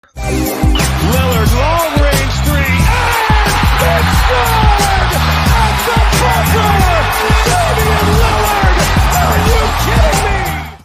Lillard, long range three, and it's good! At the buzzer! Damian Lillard! Are you kidding me?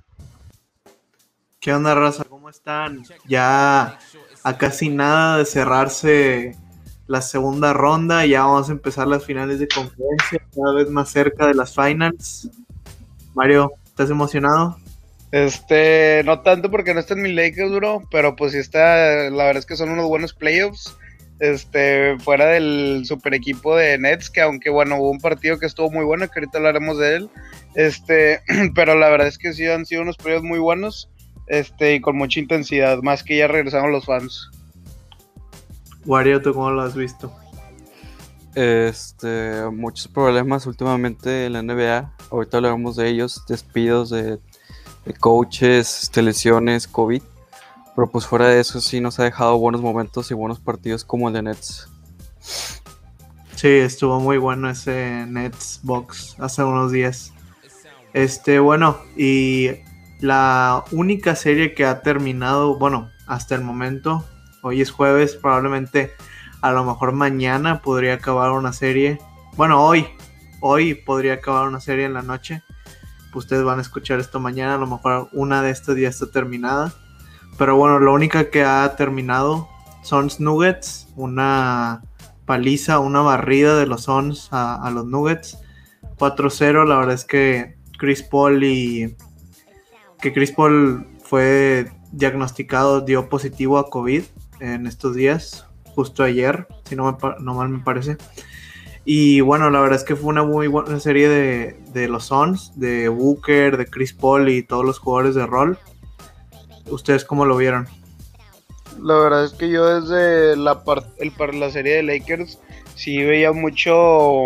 ¿Qué onda, raza? ¿Cómo están? Ya a casi nada de cerrarse la segunda ronda, ya vamos a empezar las finales de conferencia, cada vez más cerca de las finals. Mario, ¿estás emocionado? No tanto porque no está en mi Lakers, bro, pero pues sí está, la verdad es que son unos buenos playoffs, fuera del super equipo de Nets, que aunque bueno, hubo un partido que estuvo muy bueno, que ahorita hablaremos de él, pero la verdad es que sí han sido unos playoffs muy buenos, y con mucha intensidad, más que ya regresaron los fans. Wario, ¿tú cómo lo has visto? Muchos problemas últimamente en la NBA, ahorita hablaremos de ellos, despidos de coaches, lesiones, COVID, pero pues fuera de eso sí nos ha dejado buenos momentos y buenos partidos como el de Nets. Sí, estuvo muy bueno ese Nets Box hace unos días. Bueno, y la única serie que ha terminado, bueno, hasta el momento, hoy es jueves, probablemente a lo mejor mañana podría acabar una serie. Bueno, hoy podría acabar una serie en la noche. Ustedes van a escuchar esto mañana, a lo mejor una de estas ya está terminada. Pero bueno, la única que ha terminado Suns Nuggets, una paliza, una barrida de los Suns a los Nuggets, 4-0. La verdad es que Chris Paul fue diagnosticado, dio positivo a COVID en estos días, justo ayer, si no mal me parece. Y bueno, la verdad es que fue una muy buena serie de los Suns, de Booker, de Chris Paul y todos los jugadores de rol. ¿Ustedes cómo lo vieron? La verdad es que yo desde la serie de Lakers sí veía mucho,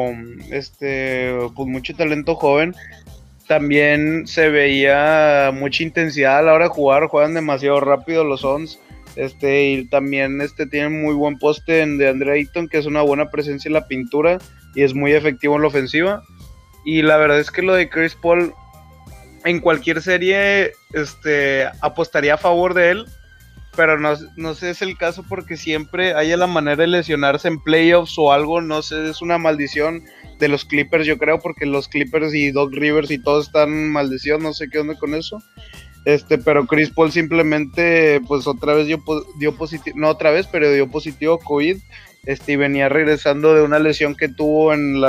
pues mucho talento joven. También se veía mucha intensidad a la hora de jugar, juegan demasiado rápido los Suns. Y también tienen muy buen poste de Andre Ayton, que es una buena presencia en la pintura y es muy efectivo en la ofensiva. Y la verdad es que lo de Chris Paul en cualquier serie apostaría a favor de él, pero no sé, es el caso porque siempre hay la manera de lesionarse en playoffs o algo, no sé, es una maldición de los Clippers, yo creo, porque los Clippers y Doc Rivers y todos están maldición, no sé qué onda con eso. Pero Chris Paul simplemente, pues otra vez dio positivo, no otra vez, pero dio positivo a COVID, y venía regresando de una lesión que tuvo en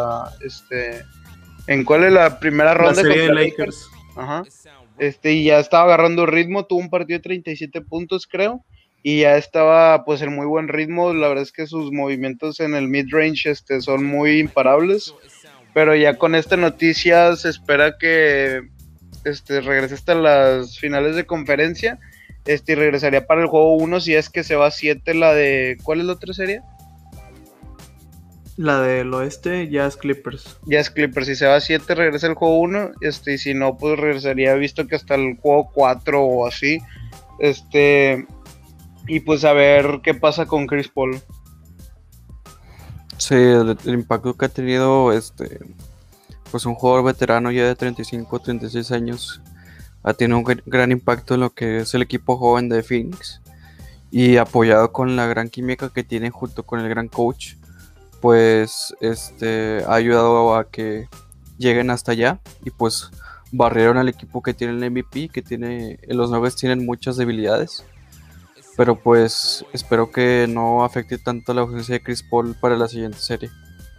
¿en cuál es la primera ronda? La serie de Lakers. Ajá. Y ya estaba agarrando ritmo, tuvo un partido de 37 puntos, creo, y ya estaba, pues, en muy buen ritmo. La verdad es que sus movimientos en el mid-range, son muy imparables, pero ya con esta noticia se espera que regrese hasta las finales de conferencia, y regresaría para el juego 1 si es que se va a 7 la de... ¿Cuál es la otra serie? La del oeste, Jazz Clippers. Jazz Clippers, si se va a 7 regresa el juego 1, y si no, pues regresaría, visto que hasta el juego 4 o así, y pues a ver qué pasa con Chris Paul. Sí, el impacto que ha tenido pues un jugador veterano ya de 35, 36 años ha tenido un gran impacto en lo que es el equipo joven de Phoenix, y apoyado con la gran química que tiene junto con el gran coach, pues ha ayudado a que lleguen hasta allá y pues barrieron al equipo que tiene el MVP, los Nuggets tienen muchas debilidades, pero pues espero que no afecte tanto la ausencia de Chris Paul para la siguiente serie.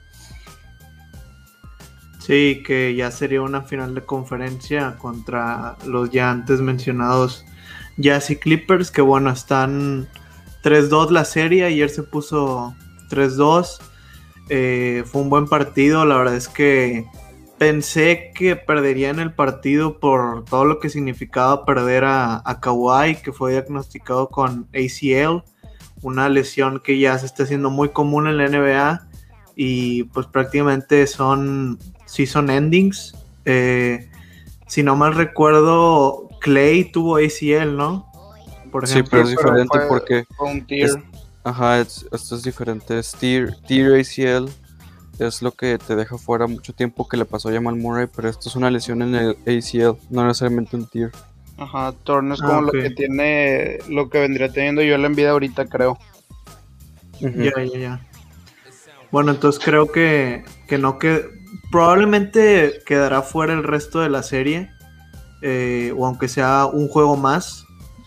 Sí, que ya sería una final de conferencia contra los ya antes mencionados Jazz y Clippers, que bueno, están 3-2 la serie, ayer se puso 3-2, fue un buen partido, la verdad es que pensé que perderían el partido por todo lo que significaba perder a Kawhi, que fue diagnosticado con ACL, una lesión que ya se está haciendo muy común en la NBA, y pues prácticamente son season endings. Si no mal recuerdo, Clay tuvo ACL, ¿no? Por ejemplo. Sí, pero es diferente porque fue un tier. Esto es diferente. Es tier ACL, es lo que te deja fuera mucho tiempo, que le pasó a Jamal Murray, pero esto es una lesión en el ACL, no necesariamente un tier. Ajá, Turner es como ok. lo que vendría teniendo yo el Embiid ahorita, creo. Ujú. Ya. Bueno, entonces creo que no que probablemente quedará fuera el resto de la serie, o aunque sea un juego más.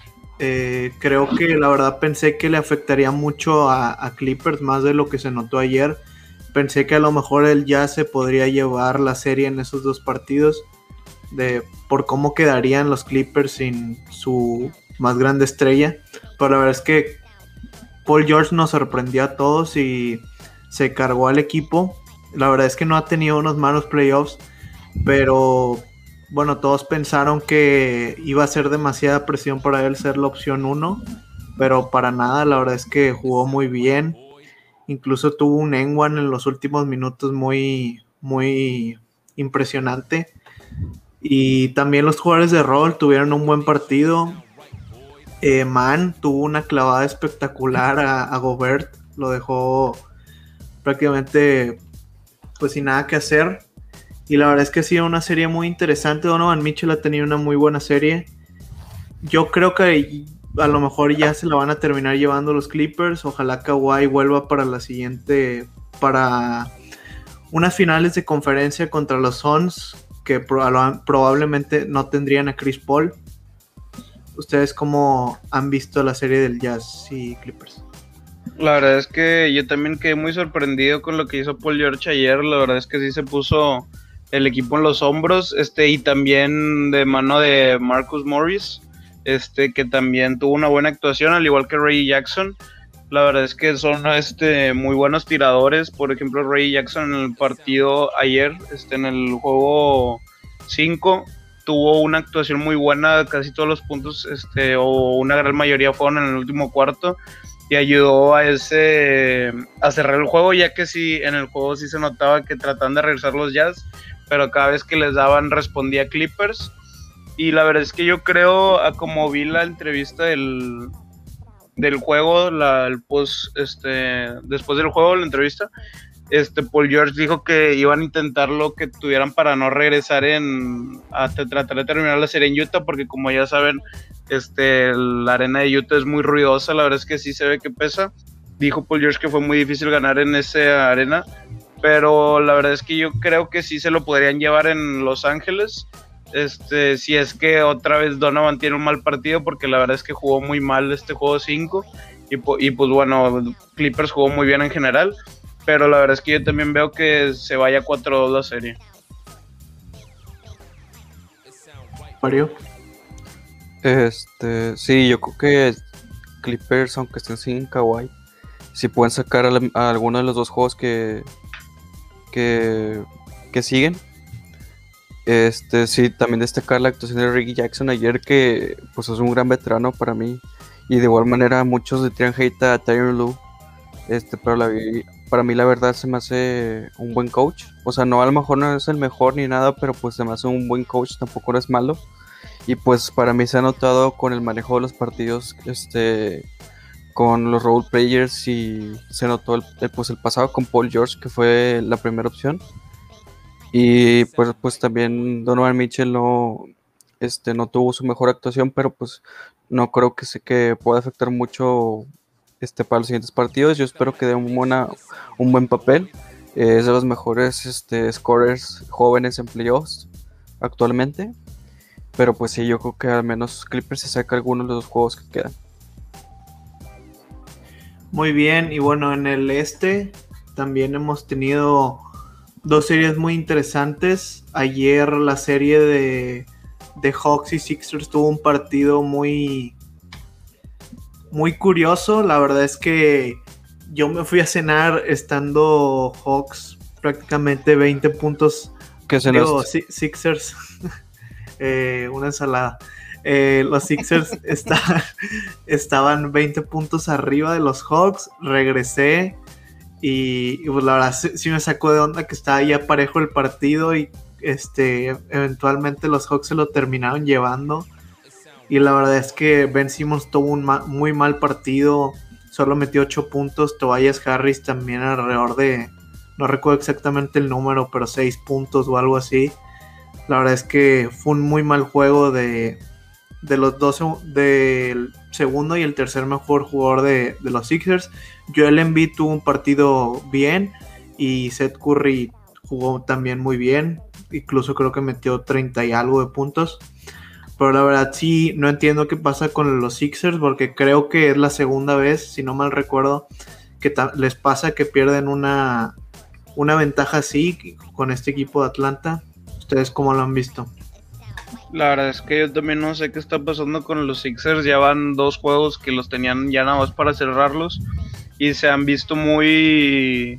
Creo que la verdad pensé que le afectaría mucho a Clippers más de lo que se notó ayer. Pensé que a lo mejor el Jazz se podría llevar la serie en esos dos partidos por cómo quedarían los Clippers sin su más grande estrella. Pero la verdad es que Paul George nos sorprendió a todos y se cargó al equipo. La verdad es que no ha tenido unos malos playoffs, pero bueno, todos pensaron que iba a ser demasiada presión para él ser la opción 1, pero para nada, la verdad es que jugó muy bien. Incluso tuvo un N1 en los últimos minutos muy impresionante. Y también los jugadores de rol tuvieron un buen partido. Man tuvo una clavada espectacular a Gobert, lo dejó prácticamente pues sin nada que hacer. Y la verdad es que ha sido una serie muy interesante. Donovan Mitchell ha tenido una muy buena serie. Yo creo que a lo mejor ya se la van a terminar llevando los Clippers. Ojalá Kawhi vuelva para la siguiente, para unas finales de conferencia contra los Suns, que probablemente no tendrían a Chris Paul. ¿Ustedes cómo han visto la serie del Jazz y Clippers? La verdad es que yo también quedé muy sorprendido con lo que hizo Paul George ayer. La verdad es que sí se puso el equipo en los hombros, y también de mano de Marcus Morris, que también tuvo una buena actuación, al igual que Ray Jackson. La verdad es que son muy buenos tiradores. Por ejemplo, Ray Jackson en el partido ayer, en el juego 5, tuvo una actuación muy buena. Casi todos los puntos, o una gran mayoría, fueron en el último cuarto, y ayudó a cerrar el juego, ya que sí, en el juego sí se notaba que trataban de regresar los Jazz, pero cada vez que les daban respondía Clippers. Y la verdad es que yo creo, como vi la entrevista del juego, el post, después del juego, la entrevista, Paul George dijo que iban a intentar lo que tuvieran para no regresar hasta tratar de terminar la serie en Utah, porque como ya saben, la arena de Utah es muy ruidosa. La verdad es que sí se ve que pesa. Dijo Paul George que fue muy difícil ganar en esa arena, pero la verdad es que yo creo que sí se lo podrían llevar en Los Ángeles, si es que otra vez Donovan tiene un mal partido, porque la verdad es que jugó muy mal este juego 5, y pues bueno, Clippers jugó muy bien en general, pero la verdad es que yo también veo que se vaya 4-2 la serie. Mario. Sí, yo creo que Clippers, aunque estén sin Kawhi, si pueden sacar a alguno de los dos juegos que siguen. Sí, también destacar la actuación de Reggie Jackson ayer, que pues es un gran veterano para mí, y de igual manera muchos le tiran hate a Tyronn Lue, pero para mí la verdad se me hace un buen coach. O sea, no, a lo mejor no es el mejor ni nada, pero pues se me hace un buen coach, tampoco no es malo. Y pues para mí se ha notado con el manejo de los partidos, con los role players, y se notó el pasado con Paul George, que fue la primera opción. Y pues también Donovan Mitchell no tuvo su mejor actuación, pero pues no creo que pueda afectar mucho para los siguientes partidos. Yo espero que dé un buen papel. Es de los mejores scorers jóvenes en playoffs actualmente. Pero pues sí, yo creo que al menos Clippers se saca algunos de los juegos que quedan. Muy bien, y bueno, en el también hemos tenido dos series muy interesantes. Ayer la serie de Hawks y Sixers tuvo un partido muy curioso. La verdad es que yo me fui a cenar estando Hawks prácticamente 20 puntos. ¿Qué cenaste? Sixers, una ensalada. Los Sixers estaban 20 puntos arriba de los Hawks. Regresé y pues la verdad sí me sacó de onda que estaba ya parejo el partido, y eventualmente los Hawks se lo terminaron llevando. Y la verdad es que Ben Simmons tuvo un muy mal partido, solo metió 8 puntos. Tobias Harris también alrededor de, no recuerdo exactamente el número, pero 6 puntos o algo así. La verdad es que fue un muy mal juego de de los dos, del segundo y el tercer mejor jugador de los Sixers. Joel Embiid tuvo un partido bien y Seth Curry jugó también muy bien, incluso creo que metió 30 y algo de puntos. Pero la verdad sí, no entiendo qué pasa con los Sixers, porque creo que es la segunda vez, si no mal recuerdo, que les pasa que pierden una ventaja así con este equipo de Atlanta. ¿Ustedes cómo lo han visto? La verdad es que yo también no sé qué está pasando con los Sixers. Ya van 2 juegos que los tenían ya nada más para cerrarlos y se han visto muy,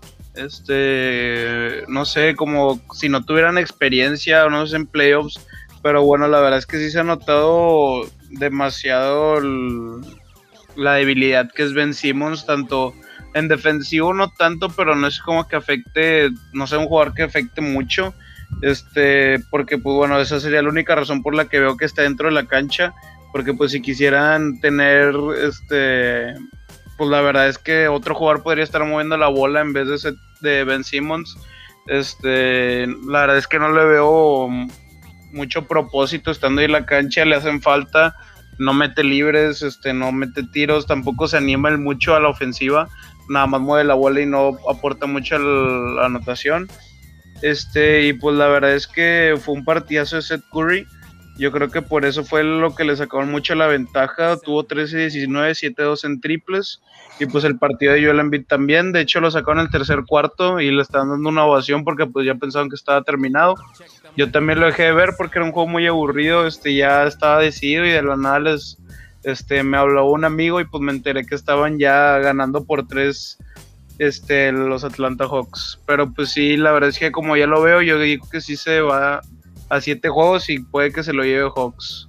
no sé, como si no tuvieran experiencia o no sé, en playoffs. Pero bueno, la verdad es que sí se ha notado demasiado la debilidad que es Ben Simmons, tanto en defensivo no tanto, pero no es como que afecte, no sé, un jugador que afecte mucho, porque pues bueno, esa sería la única razón por la que veo que está dentro de la cancha, porque pues si quisieran tener, pues la verdad es que otro jugador podría estar moviendo la bola en vez de Ben Simmons. La verdad es que no le veo mucho propósito estando ahí en la cancha, le hacen falta, no mete libres, no mete tiros, tampoco se anima mucho a la ofensiva, nada más mueve la bola y no aporta mucho a la anotación. Y pues la verdad es que fue un partidazo de Seth Curry. Yo creo que por eso fue lo que le sacaron mucho la ventaja. Tuvo 13-19, 7-2 en triples. Y pues el partido de Joel Embiid también. De hecho lo sacaron en el tercer cuarto y le estaban dando una ovación porque pues ya pensaban que estaba terminado. Yo también lo dejé de ver porque era un juego muy aburrido. Ya estaba decidido y de la nada me habló un amigo y pues me enteré que estaban ya ganando por 3 los Atlanta Hawks. Pero pues sí, la verdad es que como ya lo veo, yo digo que sí se va a 7 juegos y puede que se lo lleve Hawks.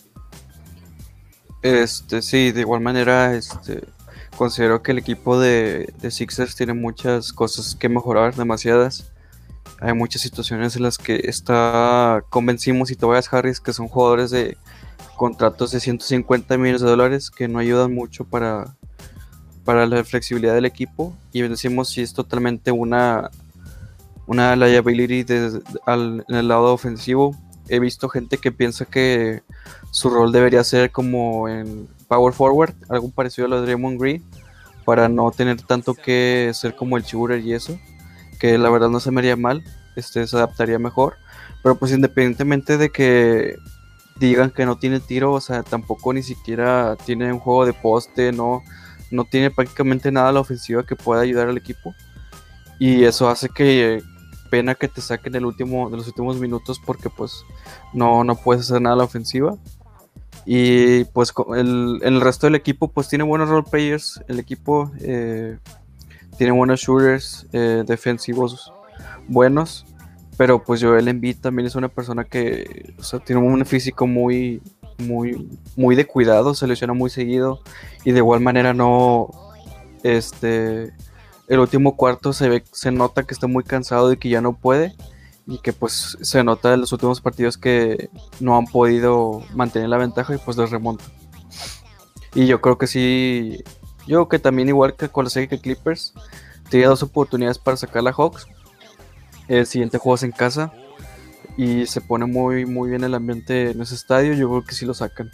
Sí, de igual manera, considero que el equipo de Sixers tiene muchas cosas que mejorar, demasiadas. Hay muchas situaciones en las que está con Ben Simmons y Tobias Harris, que son jugadores de contratos de $150 millones, que no ayudan mucho para la flexibilidad del equipo. Y Ben Simmons sí es totalmente una liability en el lado ofensivo. He visto gente que piensa que su rol debería ser como en power forward, algo parecido a lo de Draymond Green, para no tener tanto que ser como el shooter y eso, que la verdad no se me haría mal, se adaptaría mejor. Pero pues independientemente de que digan que no tiene tiro, o sea, tampoco ni siquiera tiene un juego de poste, no tiene prácticamente nada a la ofensiva que pueda ayudar al equipo. Y eso hace que pena que te saquen de los últimos minutos, porque pues no puedes hacer nada a la ofensiva. Y pues el resto del equipo pues tiene buenos role players. El equipo tiene buenos shooters defensivos buenos, pero pues Joel Embiid también es una persona que, o sea, tiene un físico muy de cuidado, se lesiona muy seguido y de igual manera el último cuarto se nota que está muy cansado y que ya no puede, y que pues se nota en los últimos partidos que no han podido mantener la ventaja y pues les remonta. Y yo creo que sí, yo creo que también igual que con la serie que Clippers, tenía 2 oportunidades para sacar a Hawks. El siguiente juego es en casa y se pone muy bien el ambiente en ese estadio. Yo creo que sí lo sacan.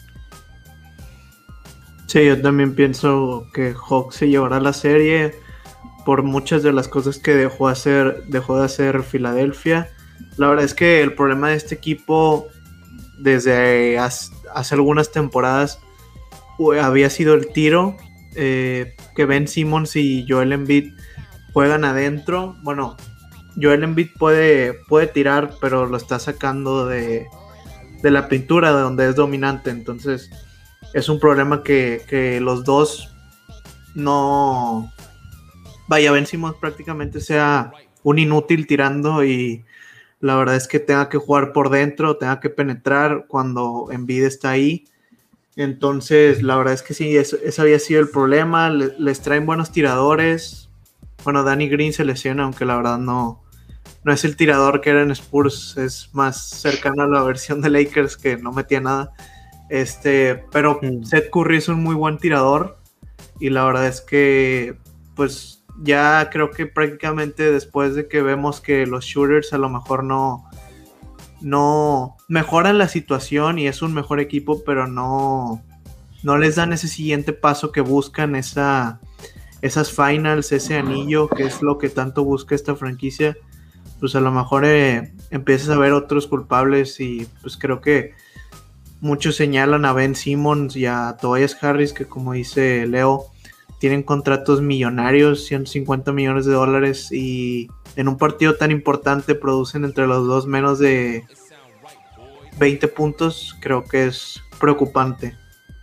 Sí, yo también pienso que Hawks se llevará la serie por muchas de las cosas que dejó de hacer Filadelfia. La verdad es que el problema de este equipo desde hace algunas temporadas había sido el tiro, que Ben Simmons y Joel Embiid juegan adentro. Bueno, Joel Embiid puede tirar, pero lo está sacando de la pintura, de donde es dominante. Entonces es un problema que los dos no... Vaya, Ben Simmons prácticamente sea un inútil tirando, y la verdad es que tenga que jugar por dentro, tenga que penetrar cuando Embiid está ahí. Entonces la verdad es que sí, eso había sido el problema. Les traen buenos tiradores. Bueno, Danny Green se lesiona, aunque la verdad no es el tirador que era en Spurs, es más cercano a la versión de Lakers, que no metía nada. Pero Seth Curry es un muy buen tirador, y la verdad es que pues ya creo que prácticamente después de que vemos que los shooters a lo mejor no no mejoran la situación y es un mejor equipo, pero no les dan ese siguiente paso que buscan, esas finals, ese anillo, que es lo que tanto busca esta franquicia. Pues a lo mejor empiezas a ver otros culpables y pues creo que muchos señalan a Ben Simmons y a Tobias Harris, que como dice Leo, tienen contratos millonarios, 150 millones de dólares, y en un partido tan importante producen entre los dos menos de 20 puntos. Creo que es preocupante.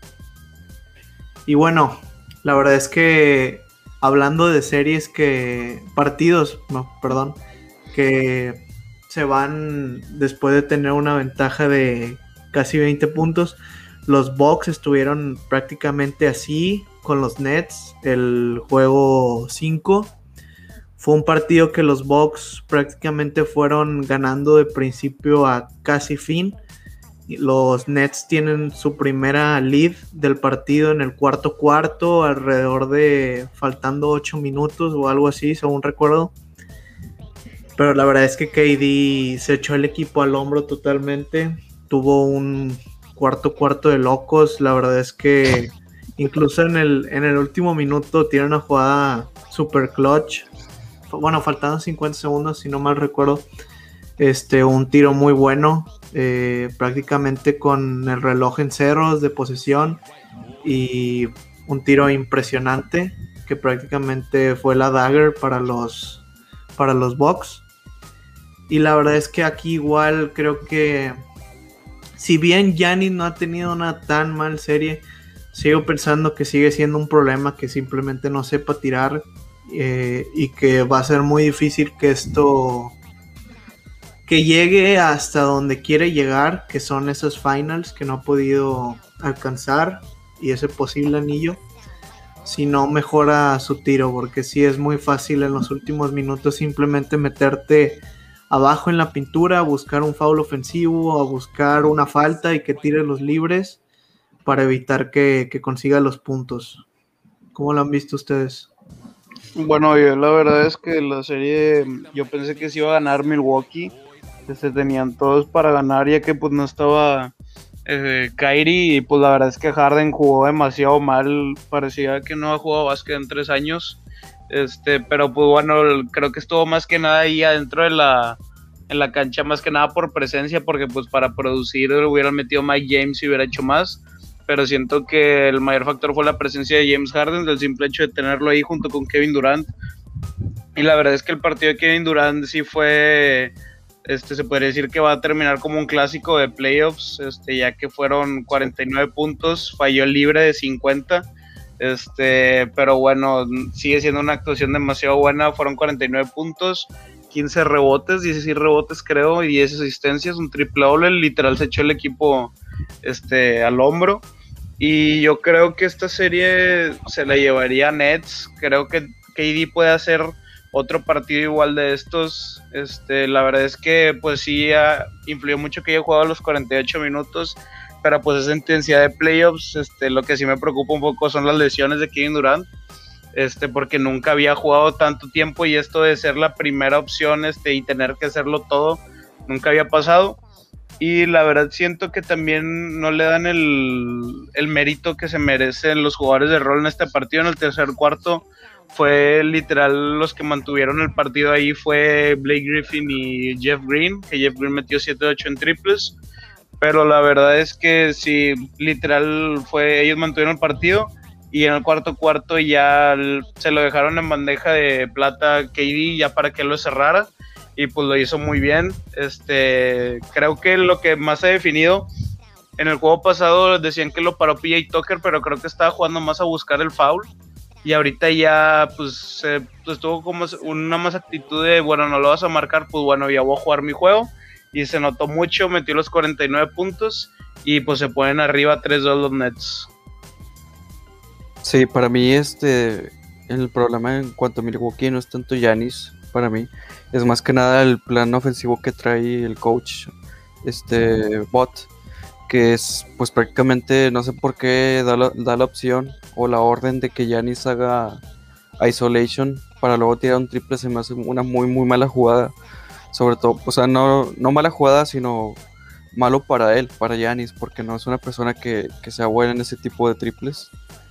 Y bueno, la verdad es que hablando de series que se van después de tener una ventaja de casi 20 puntos, los Bucks estuvieron prácticamente así con los Nets el juego 5. Fue un partido que los Bucks prácticamente fueron ganando de principio a casi fin. Los Nets tienen su primera lead del partido en el cuarto, alrededor de faltando 8 minutos o algo así, según recuerdo. Pero la verdad es que KD se echó el equipo al hombro totalmente. Tuvo un cuarto de locos. La verdad es que incluso en el último minuto tiene una jugada super clutch. Bueno, faltando 50 segundos, si no mal recuerdo. Un tiro muy bueno. Prácticamente con el reloj en ceros de posesión. Y un tiro impresionante, que prácticamente fue la dagger para los Bucks. Y la verdad es que aquí igual creo que, si bien Giannis no ha tenido una tan mal serie, sigo pensando que sigue siendo un problema que simplemente no sepa tirar, y que va a ser muy difícil que llegue hasta donde quiere llegar, que son esas finals que no ha podido alcanzar y ese posible anillo, si no mejora su tiro, porque sí es muy fácil en los últimos minutos simplemente meterte abajo en la pintura, a buscar un foul ofensivo, a buscar una falta y que tire los libres para evitar que consiga los puntos. ¿Cómo lo han visto ustedes? Bueno, yo la verdad es que la serie, yo pensé que se iba a ganar Milwaukee. Tenían todos para ganar, ya que pues no estaba Kyrie, y pues la verdad es que Harden jugó demasiado mal. Parecía que no ha jugado básquet en 3 años. Pero pues bueno, creo que estuvo más que nada ahí adentro en la cancha, más que nada por presencia, porque pues para producir hubieran metido Mike James y hubiera hecho más. Pero siento que el mayor factor fue la presencia de James Harden, del simple hecho de tenerlo ahí junto con Kevin Durant. Y la verdad es que el partido de Kevin Durant sí fue, se podría decir que va a terminar como un clásico de playoffs, ya que fueron 49 puntos, falló el libre de 50, pero bueno, sigue siendo una actuación demasiado buena. Fueron 49 puntos, 15 rebotes, 16 rebotes creo, y 10 asistencias, un triple doble. Literal se echó el equipo al hombro. Y yo creo que esta serie se la llevaría a Nets. Creo que KD puede hacer otro partido igual de estos. La verdad es que pues sí influyó mucho que haya jugado los 48 minutos, pero pues esa intensidad de playoffs, lo que sí me preocupa un poco son las lesiones de Kevin Durant, porque nunca había jugado tanto tiempo, y esto de ser la primera opción y tener que hacerlo todo, nunca había pasado. Y la verdad siento que también no le dan el mérito que se merecen los jugadores de rol en este partido. En el tercer cuarto fue literal los que mantuvieron el partido ahí, fue Blake Griffin y Jeff Green, que Jeff Green metió 7-8 en triples. Pero la verdad es que sí, literal ellos mantuvieron el partido, y en el cuarto ya se lo dejaron en bandeja de plata KD ya para que lo cerrara, y pues lo hizo muy bien. Creo que lo que más ha definido, en el juego pasado decían que lo paró PJ Tucker, pero creo que estaba jugando más a buscar el foul, y ahorita ya pues tuvo como una más actitud de, bueno, no lo vas a marcar, pues bueno, ya voy a jugar mi juego, y se notó mucho. Metió los 49 puntos y pues se ponen arriba 3-2 los Nets. Sí, para mí el problema en cuanto a Milwaukee no es tanto Giannis, para mí es más que nada el plan ofensivo que trae el coach Bot, que es pues prácticamente, no sé por qué da la opción o la orden de que Giannis haga isolation para luego tirar un triple. Se me hace una muy muy mala jugada, Sobre todo, o sea, no mala jugada, sino malo para él, para Giannis, porque no es una persona que sea buena en ese tipo de triples.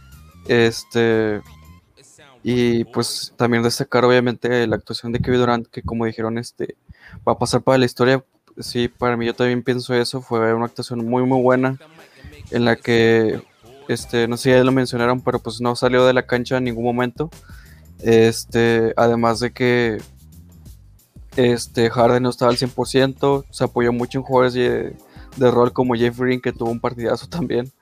Y pues también destacar obviamente la actuación de Kevin Durant, que como dijeron, va a pasar para la historia. Sí, para mí yo también pienso eso. Fue una actuación muy muy buena en la que, no sé si ya lo mencionaron, pero pues no salió de la cancha en ningún momento. Además de que Harden no estaba al 100%, se apoyó mucho en jugadores de rol como Jeff Green, que tuvo un partidazo también.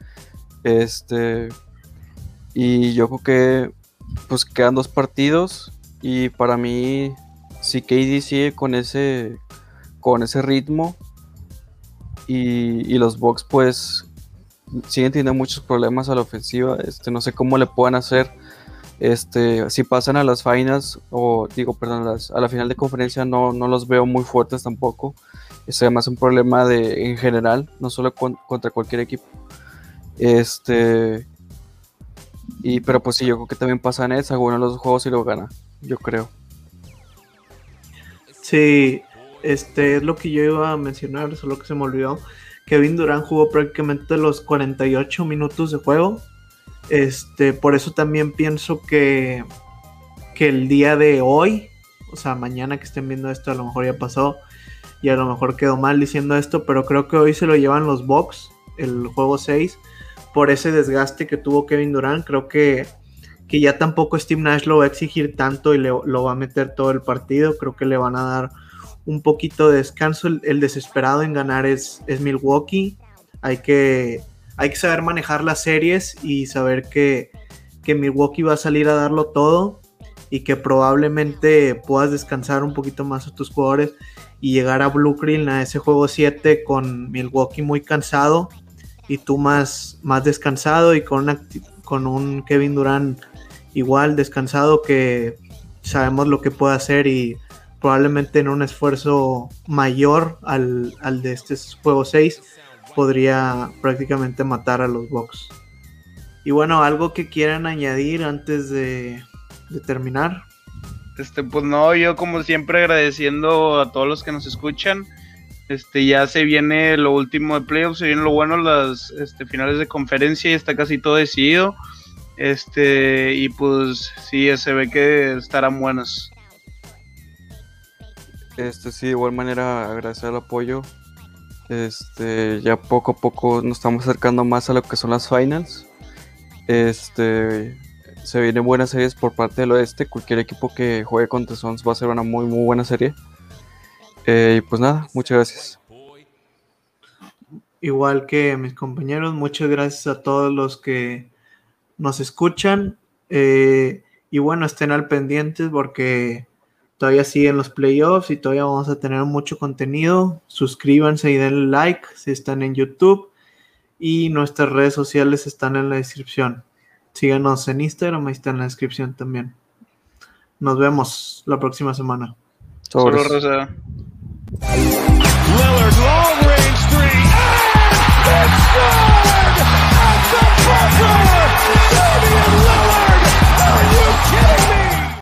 Y yo creo que pues quedan 2 partidos y para mí si KD sigue con ese ritmo y los Bucks pues siguen teniendo muchos problemas a la ofensiva, no sé cómo le puedan hacer. Si pasan a las finals a la final de conferencia, no los veo muy fuertes tampoco. Es además un problema en general, no solo contra cualquier equipo. Pero pues sí, yo creo que también pasa Nets, alguno de los dos juegos y lo gana, yo creo. Sí, es lo que yo iba a mencionar, solo que se me olvidó. Kevin Durant jugó prácticamente los 48 minutos de juego. Por eso también pienso que el día de hoy, o sea, mañana que estén viendo esto, a lo mejor ya pasó y a lo mejor quedó mal diciendo esto, pero creo que hoy se lo llevan los Bucks, el juego 6, por ese desgaste que tuvo Kevin Durant. Creo que ya tampoco Steve Nash lo va a exigir tanto y lo va a meter todo el partido. Creo que le van a dar un poquito de descanso. El desesperado en ganar es Milwaukee. Hay que saber manejar las series y saber que Milwaukee va a salir a darlo todo y que probablemente puedas descansar un poquito más a tus jugadores y llegar a Brooklyn a ese juego 7 con Milwaukee muy cansado y tú más descansado y con un Kevin Durant igual descansado, que sabemos lo que puede hacer y probablemente en un esfuerzo mayor al de este juego 6 podría prácticamente matar a los Bucks. Y bueno, algo que quieran añadir antes de terminar. Pues no, yo como siempre agradeciendo a todos los que nos escuchan. Ya se viene lo último de playoffs, se viene lo bueno, las finales de conferencia, y está casi todo decidido. Y pues sí, se ve que estarán buenos. Sí, de igual manera agradecer el apoyo. Ya poco a poco nos estamos acercando más a lo que son las finals. Se vienen buenas series por parte del oeste. Cualquier equipo que juegue contra Suns va a ser una muy muy buena serie. Y pues nada, muchas gracias. Igual que mis compañeros, muchas gracias a todos los que nos escuchan. Y bueno, estén al pendientes porque todavía siguen los playoffs y todavía vamos a tener mucho contenido. Suscríbanse y denle like si están en YouTube. Y nuestras redes sociales están en la descripción. Síganos en Instagram, ahí está en la descripción también. Nos vemos la próxima semana. Solo Rosa. Lillard, long range